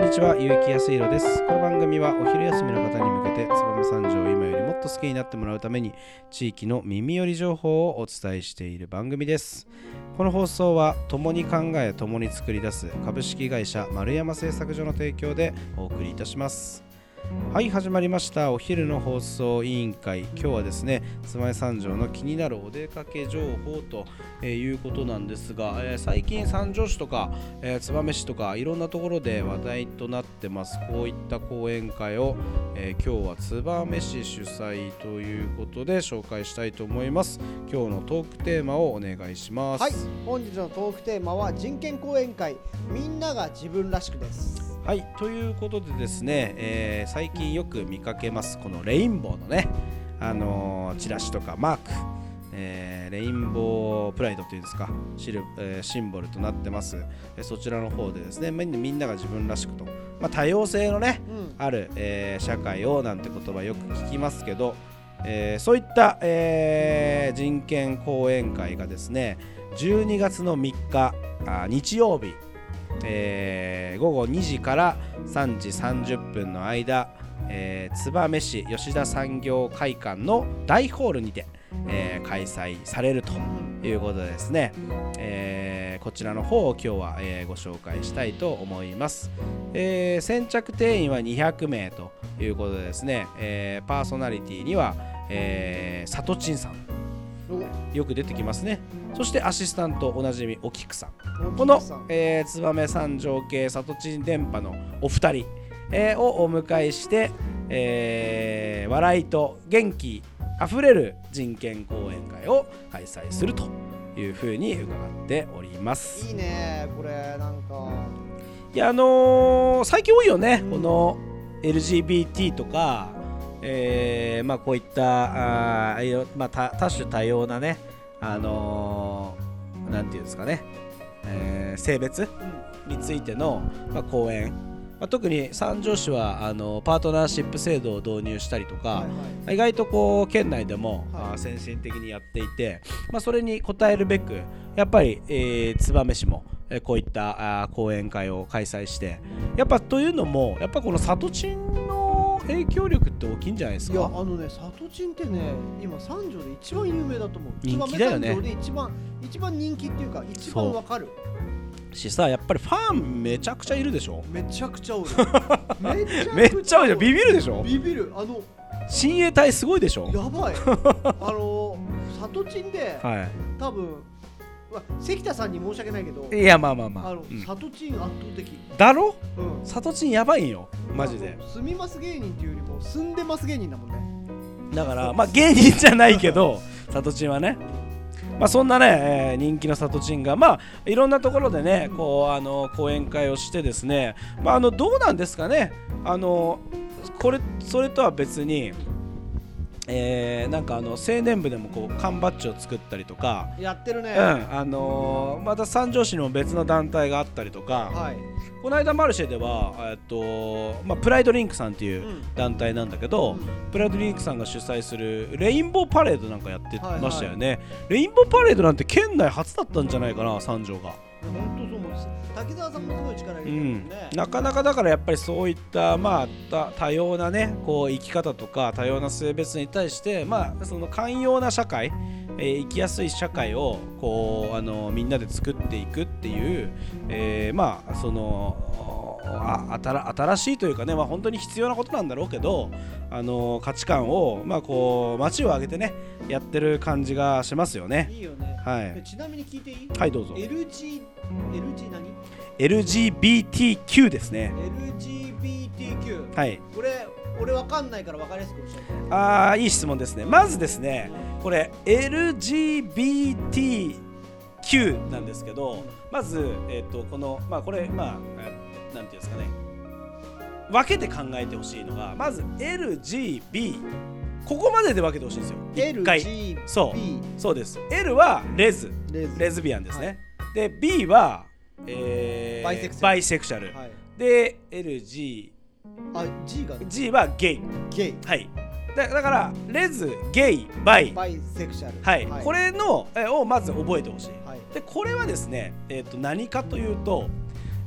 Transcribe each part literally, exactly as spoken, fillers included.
にちは、結城康弘です。この番組はお昼休みの方に向けて燕三条を今よりもっと好きになってもらうために地域の耳寄り情報をお伝えしている番組です。この放送は共に考え共に作り出す株式会社丸山製作所の提供でお送りいたします。はい、始まりましたお昼の放送委員会。今日はですね、燕三条の気になるお出かけ情報ということなんですが、えー、最近三条市とか、えー、燕市とかいろんなところで話題となってます。こういった講演会を、えー、今日は燕市主催ということで紹介したいと思います。今日のトークテーマをお願いします。 はい、本日のトークテーマは人権講演会、みんなが自分らしくです。 はい、ということでですね、えー、最近よく見かけますこのレインボーのね、あのー、チラシとかマーク、えー、レインボープライドというんですか、シル、えー、シンボルとなってます。えー、そちらの方でですね、みんなが自分らしくと、まあ、多様性のね、うん、ある、えー、社会をなんて言葉よく聞きますけど、えー、そういった、えー、人権講演会がですね、じゅうにがつのみっかあ日曜日、えー、午後にじからさんじさんじゅっぷんの間、えー、燕市吉田産業会館の大ホールにて、えー、開催されるということでですね、えー、こちらの方を今日は、えー、ご紹介したいと思います。えー、先着定員はにひゃくめいということでですね、えー、パーソナリティには、えー、さとちんさんよく出てきますね。そしてアシスタントおなじみおきくさん、この、えー、燕三条系さとちん電波のお二人、えー、をお迎えして、えー、笑いと元気あふれる人権講演会を開催するというふうに伺っております。 いいねこれ。なんかいや、あのー、最近多いよね、うん、この エルジービーティー とか、えーまあ、こういったあ、まあ、多, 多種多様なね、あのー、なんていうんですかね、えー、性別についての、まあ、講演、まあ、特に三条市はあのパートナーシップ制度を導入したりとか、はいはい、意外とこう県内でも、はい、先進的にやっていて、まあ、それに応えるべくやっぱり、えー、燕市もこういった講演会を開催して、やっぱというのもやっぱこのさとちんの影響力って大きいんじゃないですか。 いや、あのね、さとちんってね、今三条で一番有名だと思う。 人気だよね。 三条で一番一番人気っていうか一番わかるしさ、やっぱりファンめちゃくちゃいるでしょ。 めちゃくちゃ多いめっちゃ多いじゃん。ビビるでしょ。 ビビる。あの親衛隊すごいでしょ。 やばいあのさとちんで、はい、多分関田さんに申し訳ないけど、 いや、まあまあまあ、 あの、うん、さとちん圧倒的だろ、 うん、 さとちんやばいんよマジで。 住みます芸人っていうよりも住んでます芸人だもんね。 だからまあ芸人じゃないけどさとちんはね、まあ、そんなね、えー、人気のさとちんが、まあ、いろんなところでね、こうあの講演会をしてですね、まあ、あのどうなんですかね、あのこれそれとは別に、えー、なんかあの青年部でもこう缶バッジを作ったりとかやってるね、 うん、あのー、また三条市にも別の団体があったりとか、はい、この間マルシェでは、えっとまあ、プライドリンクさんっていう団体なんだけど、うん、プライドリンクさんが主催するレインボーパレードなんかやってましたよね、はいはい、レインボーパレードなんて県内初だったんじゃないかな、三条が。 本当そう思うんです。滝沢さんもすごい力入れてるもんね、 うん、なかなかだからやっぱりそういった、まあ、多様なねこう生き方とか多様な性別に対して、まあ、その寛容な社会、えー、生きやすい社会をこうあのみんなで作っていくっていう、えー、まあそのあ新しいというかね、まあ、本当に必要なことなんだろうけど、あの価値観を、まあ、こう街を挙げてねやってる感じがしますよね。 いいよね、 はい、 ちなみに聞いていい？ はいどうぞ。 エルジー エルジー 何？ エルジービーティーキュー ですね。 エルジービーティーキュー、 はい、 これ俺わかんないから分かりやすく教えて。 ああ、いい質問ですね。まずですね、これ エルジービーティーキュー なんですけど、まず、えー、とこの、まあ、これ、まあ、なんていうんですかね、分けて考えてほしいのが、まず エルジービー、 ここまでで分けてほしいんですよ。一回 エルジービー、そうそうです。 L はレズレズ、レズビアンですね、はい、で B は、えー、 バイセクシャル、 バイセクシャル、はい、で エルジー、 あ G が G はゲイ、 ゲイ、 はい、だ, だからレズ、ゲイ、バイ、 バイセクシャル、 はいはい、これのえをまず覚えてほしい、 はい、 でこれはですね、えー、と何かというと、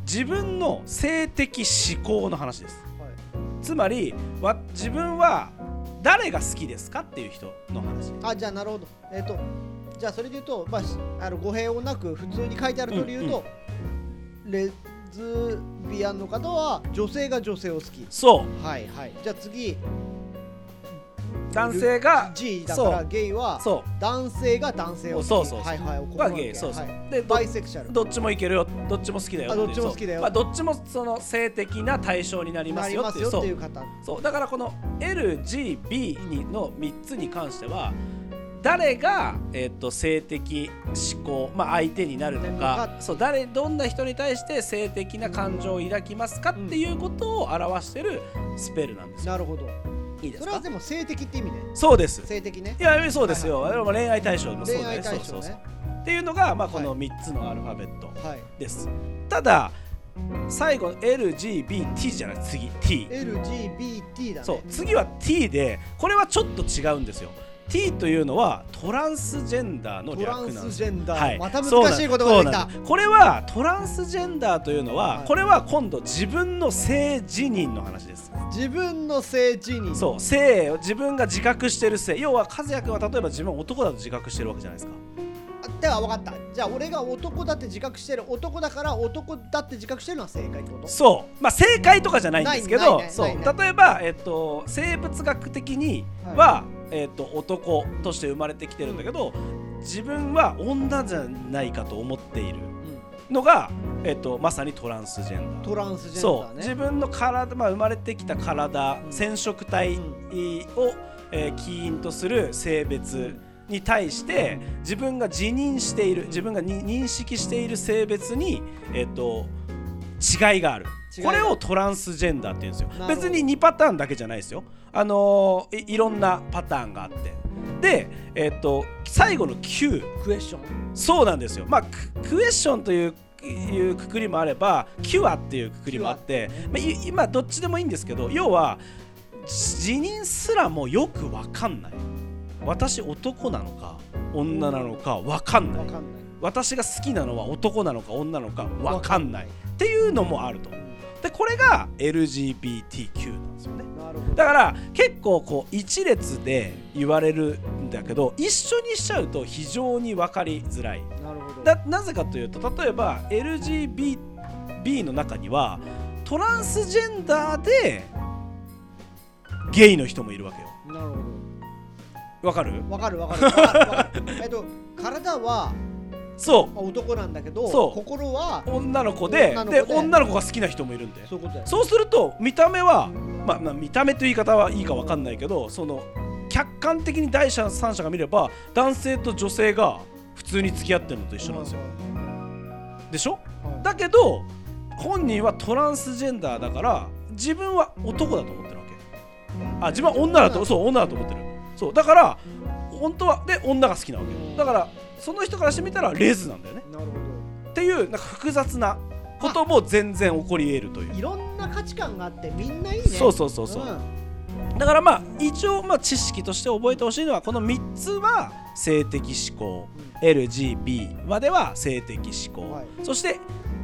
自分の性的指向の話です、 はい、 つまりわ自分は誰が好きですかっていう人の話。 あ、じゃあなるほど。えっとじゃあそれで言うと、まあ、あの語弊をなく普通に書いてある通り言うと、うんうん、レズビアンの方は女性が女性を好き。 そうはいはい。じゃあ次男性が G だからゲイは男性が男性を好き。 そうそうそうはいはい。 ここがゲイ。そうそう、はい、でバイセクシャルどっちもいけるよ、どっちも好きだよっていう。 あ、どっちも好きだよ。 まあ、どっちもその性的な対象になりますよっていう、 っていう方。 そうだからこの エルジービー のみっつに関しては誰が、えー、と性的思考、まあ、相手になるのか、そう誰どんな人に対して性的な感情を抱きますかっていうことを表しているスペルなんですよ。 なるほど。 いいですか？ それはでも性的って意味ね。 そうです。 性的ね。 いやそうですよ、はいはい、恋愛対象もそうね。恋愛対象ね。 そうそうそうっていうのが、まあ、このみっつのアルファベットです、はい、ただ最後 エルジービーティー じゃない、次 T。 エルジービーティー だね。 そう、次は T で、これはちょっと違うんですよ。T というのはトランスジェンダーの略なんです。 トランスジェンダー、 はい、 また難しい言葉ができた。 これはトランスジェンダーというのは、はい、これは今度自分の性自認の話です。 自分の性自認。 そう、性を自分が自覚してる性。要は和也君は例えば自分は男だと自覚してるわけじゃないですか。 では分かった。じゃあ俺が男だって自覚してる、男だから男だって自覚してるのは正解ってこと？そう、 まあ正解とかじゃないんですけど、そう例えば、えっと、生物学的には、はい、えっと、男として生まれてきてるんだけど、うん、自分は女じゃないかと思っているのが、うん、えっと、まさにトランスジェンダー。 トランスジェンダーね。 そう、自分の体、まあ、生まれてきた体、うん、染色体を、えー、起因とする性別、うんに対して自分が自認している、自分が認識している性別に、えー、と違いがある。これをトランスジェンダーって言うんですよ。別ににパターンだけじゃないですよ。あのー、い, いろんなパターンがあって、で、えー、と最後の Q、 クエスチョン。 そうなんですよ。まあ ク, クエスチョンといういうくくりもあれば、キュアっていうくくりもあって、まあ、今どっちでもいいんですけど、要は自認すらもよく分かんない。私男なのか女なのか分かんない。私が好きなのは男なのか女なのか分かんないっていうのもあると。でこれが エルジービーティーキュー なんですよね。だから結構こう一列で言われるんだけど、一緒にしちゃうと非常に分かりづらい。 なるほど。 だなぜかというと、例えば エルジービービー の中にはトランスジェンダーでゲイの人もいるわけよ。 なるほど。 わかる？ わかるわかるわかるわかる。えっと体はそう男なんだけど、 そう心は女の子で、 女の子で、 で女の子が好きな人もいるんで、 そういうことだよ。 そうすると見た目は、まあ、まあ見た目という言い方はいいかわかんないけど、その客観的に第三者が見れば男性と女性が普通に付き合ってるのと一緒なんですよ。でしょ？はい、だけど本人はトランスジェンダーだから自分は男だと思ってるわけ。あ、自分は女だと、そう女だと思ってる。そうだから本当はで女が好きなわけだから、その人からしてみたらレズなんだよね。 なるほど。 っていうなんか複雑なことも全然起こり得るという、 いろんな価値観があってみんないいね。 そうそうそうそう、うん、だからまあ一応まあ知識として覚えてほしいのは、このみっつは性的指向、うん、エルジービー までは性的指向、はい、そして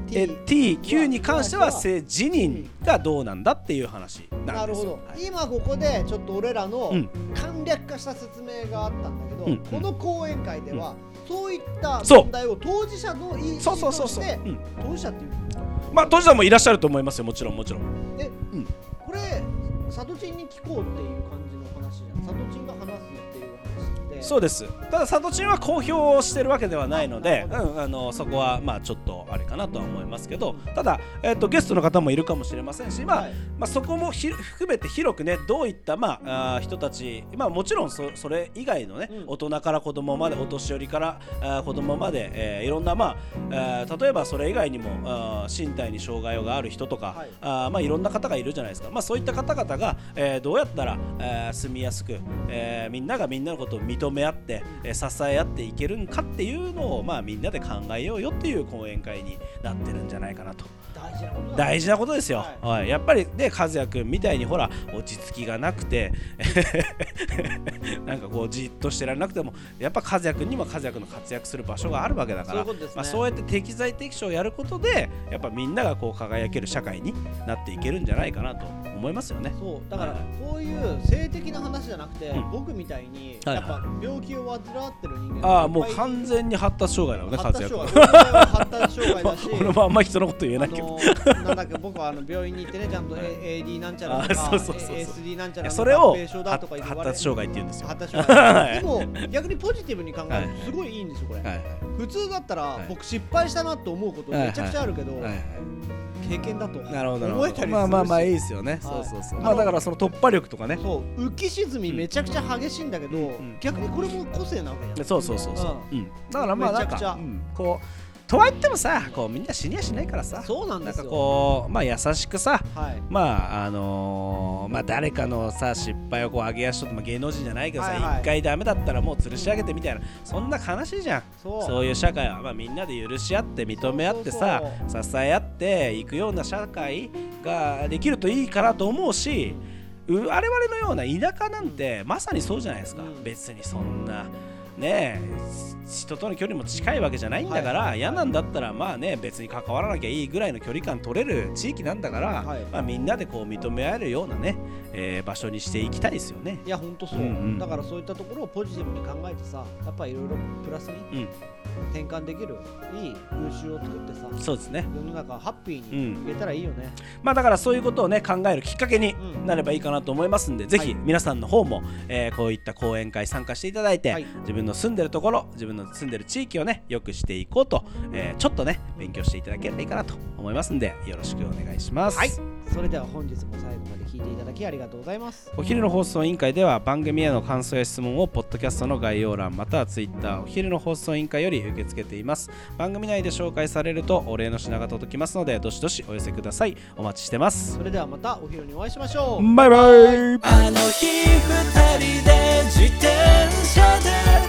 T、T、Q に関しては性自認がどうなんだっていう話なんですよ。 なるほど、はい、今ここでちょっと俺らの簡略化した説明があったんだけど、うん、この講演会では、うん、そういった問題を当事者の意思として当事者っていう、 まあ当事者もいらっしゃると思いますよ。もちろんもちろん。 え、うん、これサトチンに聞こうっていう感じの話じゃん。サトチンが話すっていう話で。 そうです。ただサトチンは公表をしてるわけではないので、うん、あのそこはまあちょっとあれかなとは思いますけど、ただ、えー、とゲストの方もいるかもしれませんし、まあはい、まあ、そこもひ含めて広くね、どういった、まあ、あ人たち、まあ、もちろん そ, それ以外のね、うん、大人から子供まで、お年寄りからあ子供まで、えー、いろんな、まあ、あ例えばそれ以外にもあ身体に障害がある人とか、はい、あまあ、いろんな方がいるじゃないですか。まあ、そういった方々が、えー、どうやったら、えー、住みやすく、えー、みんながみんなのことを認認め合って、えー、支え合っていけるんかっていうのを、まあ、みんなで考えようよっていう講演会になってるんじゃないかなと。 大事なことだ、 大事なことですよ、 はいはい、やっぱりね和也くんみたいにほら落ち着きがなくてなんかこうじっとしてられなくてもやっぱ和也くんにも和也くんの活躍する場所があるわけだから、 そういうことですね。 まあ、そうやって適材適所をやることでやっぱみんながこう輝ける社会になっていけるんじゃないかなと思いますよね。 そうだからはいこういう性的な話じゃなくて、 うん僕みたいにはいはいやっぱ病気を患ってる人間ああもういっぱい完全に発達障害だよね和発也達障くん害発達障害だし俺もあんま人のこと言えないけど、 あのなんだっけ僕はあの病院に行ってねちゃんと エーディー なんちゃらとかあそうそうそうそうエーエスディー なんちゃらのそれを合併症だとか言われ発達障害って言うんですよ。 発達障害でも逆にポジティブに考えるとすごいいいんですよこれ、 はいはい普通だったらはい僕失敗したなと思うことめちゃくちゃあるけど、 はいはい経験だとなるほどなるほど思えたりするし、 まあまあまあいいですよね、 はいそうそうそうあのまあだからその突破力とかねそう浮き沈みめちゃくちゃ激しいんだけど、 ん逆にこれも個性なわけじゃん。 そうそうそうそう、うんだからまあなんかめちゃくちゃうんこうとはいってもさこうみんな死にはしないからさそうなんですよ。 なんかこうまあ優しくさはいまああのーまあ誰かのさ失敗をこう上げ足取って、まあ、芸能人じゃないけどさ一、 はいはい回ダメだったらもう吊るし上げてみたいなそんな悲しいじゃん。 そうそういう社会は、まあ、みんなで許し合って認め合ってさそう支え合っていくような社会ができるといいかなと思うしう我々のような田舎なんて、まさにそうじゃないですか、 うん別にそんなねえ人との距離も近いわけじゃないんだから、 はいはいはい、 嫌なんだったらまあね別に関わらなきゃいいぐらいの距離感取れる地域なんだから、 はいまあ、みんなでこう認め合えるようなね、えー場所にしていきたいですよね。 いや本当そう、 うんうん、 だからそういったところをポジティブに考えてさやっぱいろいろプラスに転換できるいい風習を作ってさ、 そうですね。 世の中ハッピーにいけたらいいよね、 まあだからそういうことをね考えるきっかけになればいいかなと思いますんで、ぜひ皆さんの方も、えー、こういった講演会参加していただいて、 はい、 自分の住んでるところ自分の住んでる地域をね良くしていこうと、えー、ちょっとね勉強していただければいいかなと思いますんでよろしくお願いします。 はい、それでは本日も最後まで聞いていただきありがとうございます。 お昼の放送委員会では番組への感想や質問をポッドキャストの概要欄またはツイッターお昼の放送委員会より受け付けています。番組内で紹介されるとお礼の品が届きますのでどしどしお寄せください。お待ちしてます。 それではまたお昼にお会いしましょう。 バイバイ。 あの日二人で自転車で